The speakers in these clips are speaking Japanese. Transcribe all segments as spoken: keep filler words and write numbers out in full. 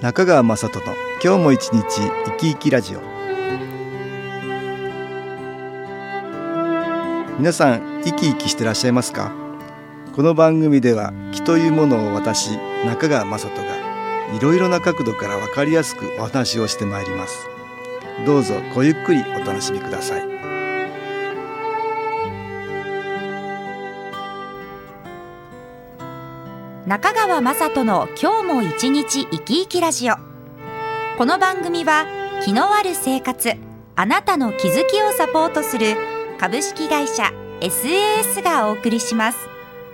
中川雅人の今日も一日生き生きラジオ。皆さん生き生きしてらっしゃいますか？この番組では気というものを私中川雅人がいろいろな角度から分かりやすくお話をしてまいります。どうぞごゆっくりお楽しみください。 中川雅人の今日も一日生き生きラジオ。この番組は気のある生活、あなたの気づきをサポートする株式会社 エスエーエス がお送りします。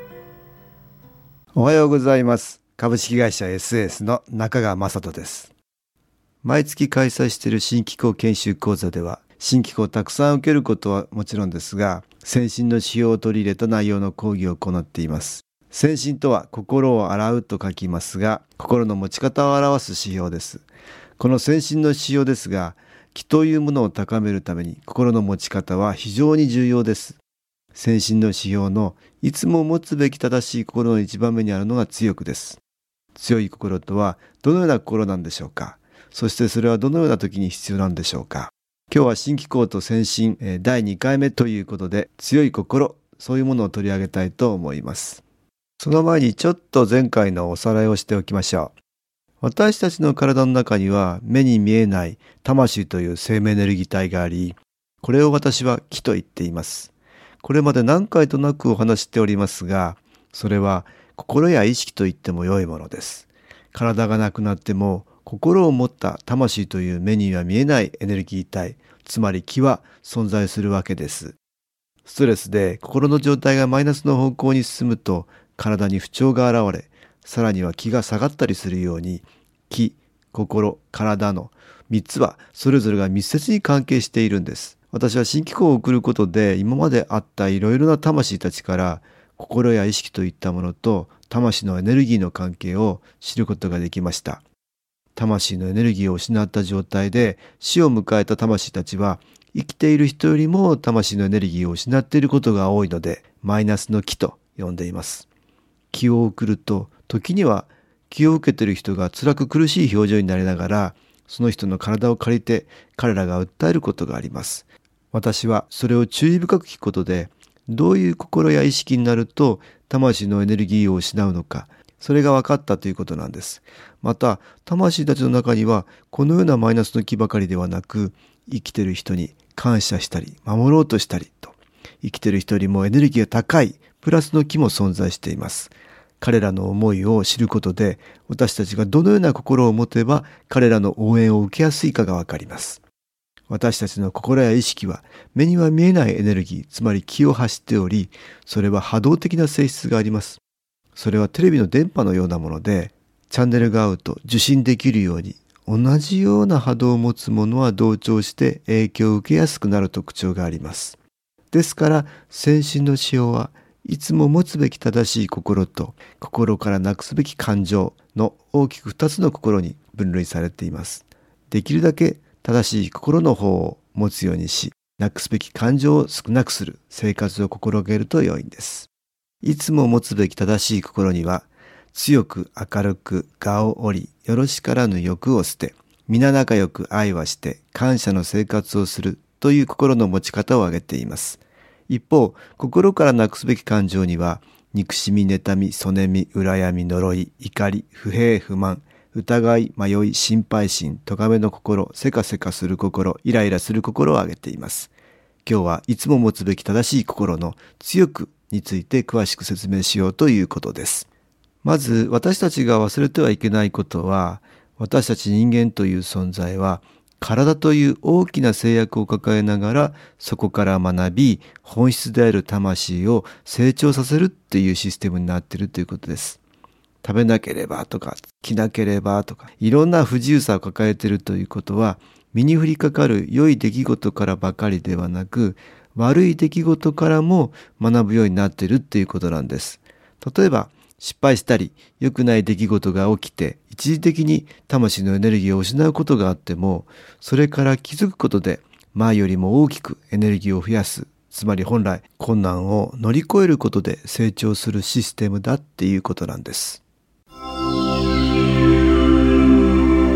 おはようございます。株式会社 エスエーエス の中川雅人です。毎月開催している新機構研修講座では新機構をたくさん受けることはもちろんですが、先進の指標を取り入れた内容の講義を行っています。先進とは心を洗うと書きますが、心の持ち方を表す指標です。この先進の指標ですが、気というものを高めるために心の持ち方は非常に重要です。先進の指標のいつも持つべき正しい心の一番目にあるのが強くです。強い心とはどのような心なんでしょうか。そしてそれはどのような時に必要なんでしょうか。今日は新機構と先進だいにかいめということで、強い心、そういうものを取り上げたいと思います。その前にちょっと前回のおさらいをしておきましょう。私たちの体の中には目に見えない魂という生命エネルギー体があり、これを私は気と言っています。これまで何回となくお話しておりますが、それは心や意識と言っても良いものです。体がなくなっても心を持った魂という目には見えないエネルギー体、つまり気は存在するわけです。ストレスで心の状態がマイナスの方向に進むと、体に不調が現れ、さらには気が下がったりするように、気、心、体のみっつはそれぞれが密接に関係しているんです。私は新機構を送ることで、今まであったいろいろな魂たちから心や意識といったものと魂のエネルギーの関係を知ることができました。魂のエネルギーを失った状態で死を迎えた魂たちは、生きている人よりも魂のエネルギーを失っていることが多いので、マイナスの気と呼んでいます。気を送ると、時には気を受けている人が辛く苦しい表情になりながら、その人の体を借りて彼らが訴えることがあります。私はそれを注意深く聞くことで、どういう心や意識になると魂のエネルギーを失うのか、それが分かったということなんです。また、魂たちの中にはこのようなマイナスの気ばかりではなく、生きている人に感謝したり守ろうとしたりと、生きている人よりもエネルギーが高いプラスの気も存在しています。彼らの思いを知ることで、私たちがどのような心を持てば彼らの応援を受けやすいかがわかります。私たちの心や意識は目には見えないエネルギー、つまり気を発しており、それは波動的な性質があります。それはテレビの電波のようなもので、チャンネルが合うと受信できるように、同じような波動を持つものは同調して影響を受けやすくなる特徴があります。ですから、先進の指標はいつも持つべき正しい心と心からなくすべき感情の大きくふたつの心に分類されています。できるだけ正しい心の方を持つようにし、なくすべき感情を少なくする生活を心がけると良いんです。いつも持つべき正しい心には、強く明るく我を折り、よろしからぬ欲を捨て、皆仲良く愛はして感謝の生活をするという心の持ち方を挙げています。一方、心からなくすべき感情には、憎しみ、妬み、そねみ、羨み、呪い、怒り、不平、不満、疑い、迷い、心配心、咎めの心、せかせかする心、イライラする心を挙げています。今日はいつも持つべき正しい心の強くについて詳しく説明しようということです。まず、私たちが忘れてはいけないことは、私たち人間という存在は、体という大きな制約を抱えながら、そこから学び、本質である魂を成長させるっていうシステムになっているということです。食べなければとか、着なければとか、いろんな不自由さを抱えているということは、身に降りかかる良い出来事からばかりではなく、悪い出来事からも学ぶようになっているっていうことなんです。例えば、失敗したり良くない出来事が起きて一時的に魂のエネルギーを失うことがあっても、それから気づくことで前よりも大きくエネルギーを増やす、つまり本来困難を乗り越えることで成長するシステムだっていうことなんです。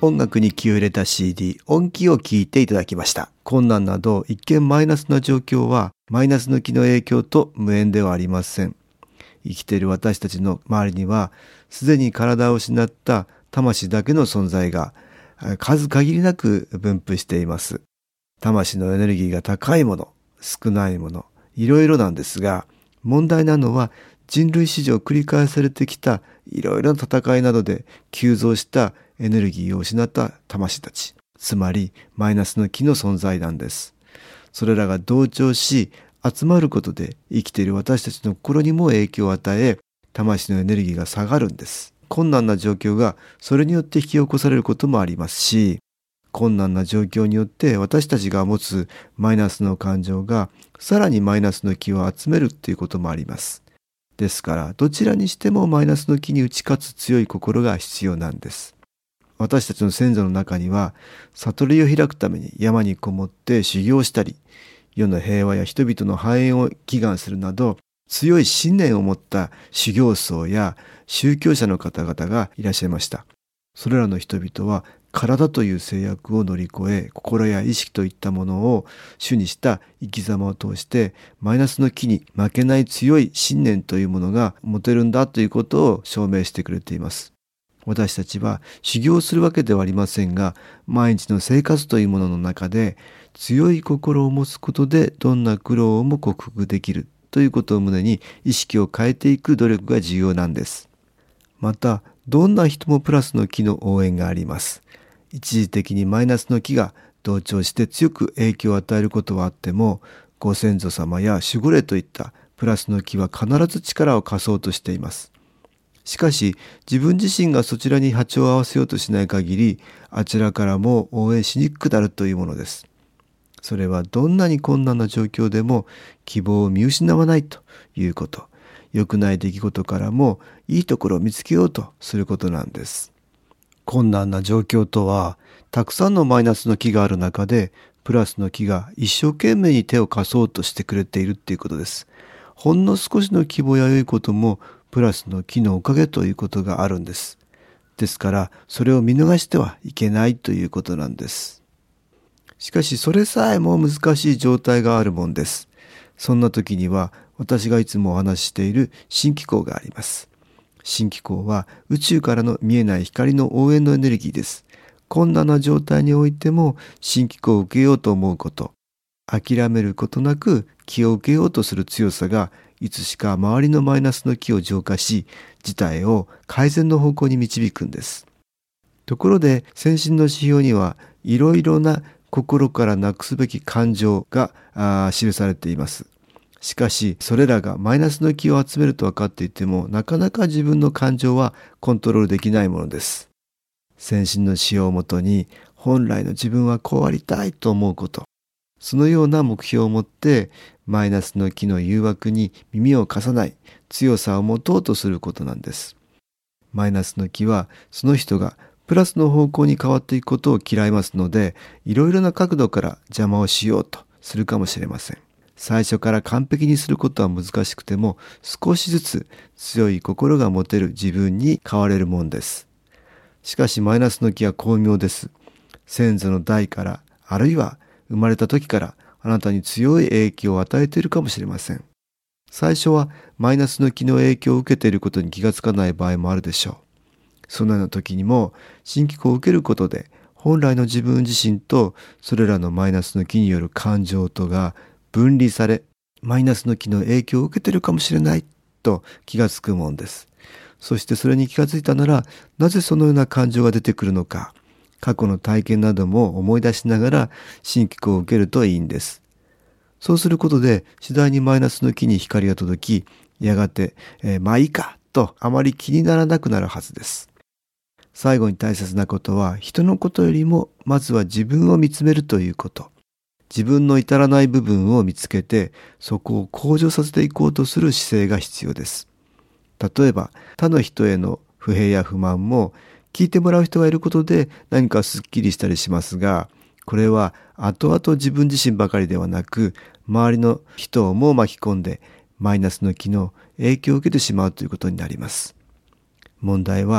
音楽に気を入れた シーディー 音気を聴いていただきました。困難など一見マイナスな状況はマイナスの気の影響と無縁ではありません。生きている私たちの周りにはすでに体を失った魂だけの存在が数限りなく分布しています。魂のエネルギーが高いもの、少ないもの、いろいろなんですが、問題なのは人類史上繰り返されてきたいろいろな戦いなどで急増したエネルギーを失った魂たち、つまりマイナスの気の存在なんです。それらが同調し集まることで生きている私たちの心にも影響を与え、魂のエネルギーが下がるんです。困難な状況がそれによって引き起こされることもありますし、困難な状況によって私たちが持つマイナスの感情がさらにマイナスの気を集めるっていうこともあります。ですからどちらにしてもマイナスの気に打ち勝つ強い心が必要なんです。私たちの先祖の中には悟りを開くために山にこもって修行したり、世の平和や人々の繁栄を祈願するなど強い信念を持った修行僧や宗教者の方々がいらっしゃいました。それらの人々は体という制約を乗り越え、心や意識といったものを主にした生き様を通してマイナスの気に負けない強い信念というものが持てるんだということを証明してくれています。私たちは修行するわけではありませんが、毎日の生活というものの中で強い心を持つことでどんな苦労も克服できるということを胸に意識を変えていく努力が重要なんです。またどんな人もプラスの気の応援があります。一時的にマイナスの気が同調して強く影響を与えることはあっても、ご先祖様や守護霊といったプラスの気は必ず力を貸そうとしています。しかし自分自身がそちらに波長を合わせようとしない限り、あちらからも応援しにくくなるというものです。それはどんなに困難な状況でも希望を見失わないということ、良くない出来事からもいいところを見つけようとすることなんです。困難な状況とは、たくさんのマイナスの気がある中でプラスの気が一生懸命に手を貸そうとしてくれているっていうことです。ほんの少しの希望や良いこともプラスの気のおかげということがあるんです。ですからそれを見逃してはいけないということなんです。しかしそれさえも難しい状態があるもんです。そんな時には私がいつもお話ししている新機構があります。新機構は宇宙からの見えない光の応援のエネルギーです。困難な状態においても新機構を受けようと思うこと、諦めることなく気を受けようとする強さがいつしか周りのマイナスの気を浄化し、事態を改善の方向に導くんです。ところで先進の指標にはいろいろな心からなくすべき感情が記されています。しかしそれらがマイナスの気を集めると分かっていても、なかなか自分の感情はコントロールできないものです。先進の指標をもとに本来の自分はこうありたいと思うこと、そのような目標を持ってマイナスの気の誘惑に耳を貸さない強さを持とうとすることなんです。マイナスの気はその人がプラスの方向に変わっていくことを嫌いますので、いろいろな角度から邪魔をしようとするかもしれません。最初から完璧にすることは難しくても、少しずつ強い心が持てる自分に変われるもんです。しかしマイナスの気は巧妙です。先祖の代から、あるいは生まれた時からあなたに強い影響を与えているかもしれません。最初はマイナスの気の影響を受けていることに気がつかない場合もあるでしょう。そのような時にも新機構を受けることで、本来の自分自身とそれらのマイナスの気による感情とが分離され、マイナスの気の影響を受けているかもしれないと気がつくもんです。そしてそれに気がついたなら、なぜそのような感情が出てくるのか、過去の体験なども思い出しながら新機構を受けるといいんです。そうすることで次第にマイナスの気に光が届き、やがて、えー、まあいいかとあまり気にならなくなるはずです。最後に大切なことは、人のことよりもまずは自分を見つめるということ。自分の至らない部分を見つけて、そこを向上させていこうとする姿勢が必要です。例えば他の人への不平や不満も聞いてもらう人がいることで何かすっきりしたりしますが、これは後々自分自身ばかりではなく、周りの人をも巻き込んでマイナスの気の影響を受けてしまうということになります。問題は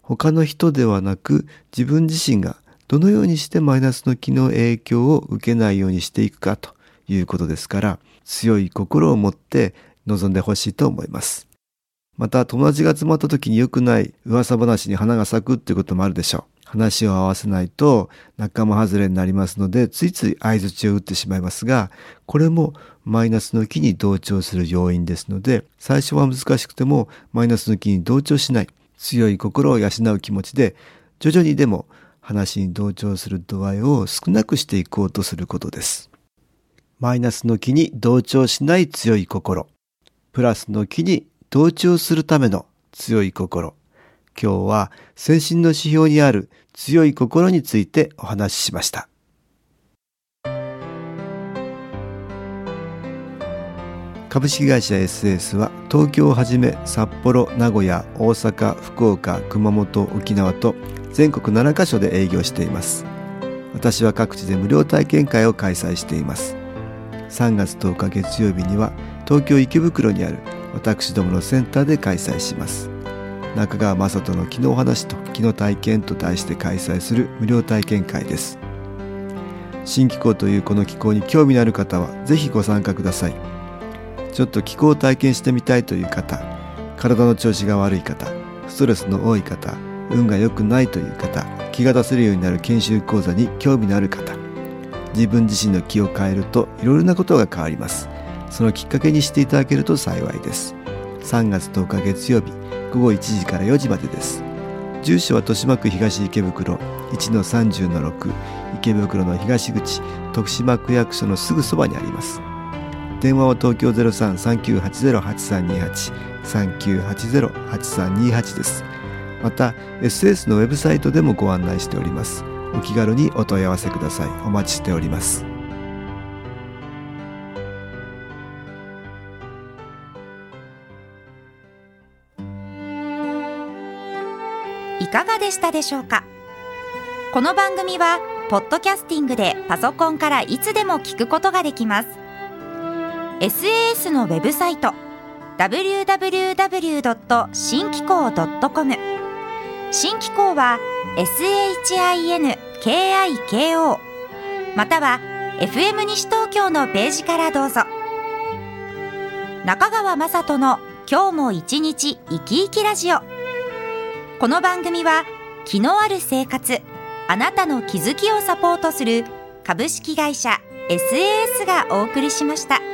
他の人ではなく自分自身がどのようにしてマイナスの気の影響を受けないようにしていくかということですから、強い心を持って臨んでほしいと思います。また友達が集まった時に良くない噂話に花が咲くっていうこともあるでしょう。話を合わせないと仲間外れになりますので、ついつい相槌を打ってしまいますが、これもマイナスの気に同調する要因ですので、最初は難しくてもマイナスの気に同調しない、強い心を養う気持ちで徐々にでも話に同調する度合いを少なくしていこうとすることです。マイナスの気に同調しない強い心、プラスの気に同調するための強い心。今日は先進の指標にある強い心についてお話ししました。株式会社 エスエス は東京をはじめ札幌、名古屋、大阪、福岡、熊本、沖縄と全国ななカ所で営業しています。私は各地で無料体験会を開催しています。さんがつとおか月曜日には東京池袋にある私どものセンターで開催します。中川雅人の気のお話と気の体験と題して開催する無料体験会です。新気候というこの気候に興味のある方はぜひご参加ください。ちょっと気候を体験してみたいという方、体の調子が悪い方、ストレスの多い方、運が良くないという方、気が出せるようになる研修講座に興味のある方、自分自身の気を変えるといろいろなことが変わります。そのきっかけにしていただけると幸いです。さんがつとおか月曜日ごごいちじからよじまでです。住所は豊島区東池袋 いちのさんじゅうのろく、池袋の東口徳島区役所のすぐそばにあります。電話は東京 ゼロさん さんきゅうはちゼロ はちさんにはち さんきゅうはちゼロ はちさんにはち です。また エスエス のウェブサイトでもご案内しております。お気軽にお問い合わせください。お待ちしております。 いかがでしたでしょうか。この番組はポッドキャスティングでパソコンからいつでも聞くことができます。 エスエーエス のウェブサイト ダブリューダブリューダブリュードットシンキコードットコム、 新気候は エスエイチアイエヌケーアイケーオー または エフエム 西東京のページからどうぞ。中川雅人の今日も一日生き生きラジオ。この番組は気のある生活、あなたの気づきをサポートする株式会社 エスエーエス がお送りしました。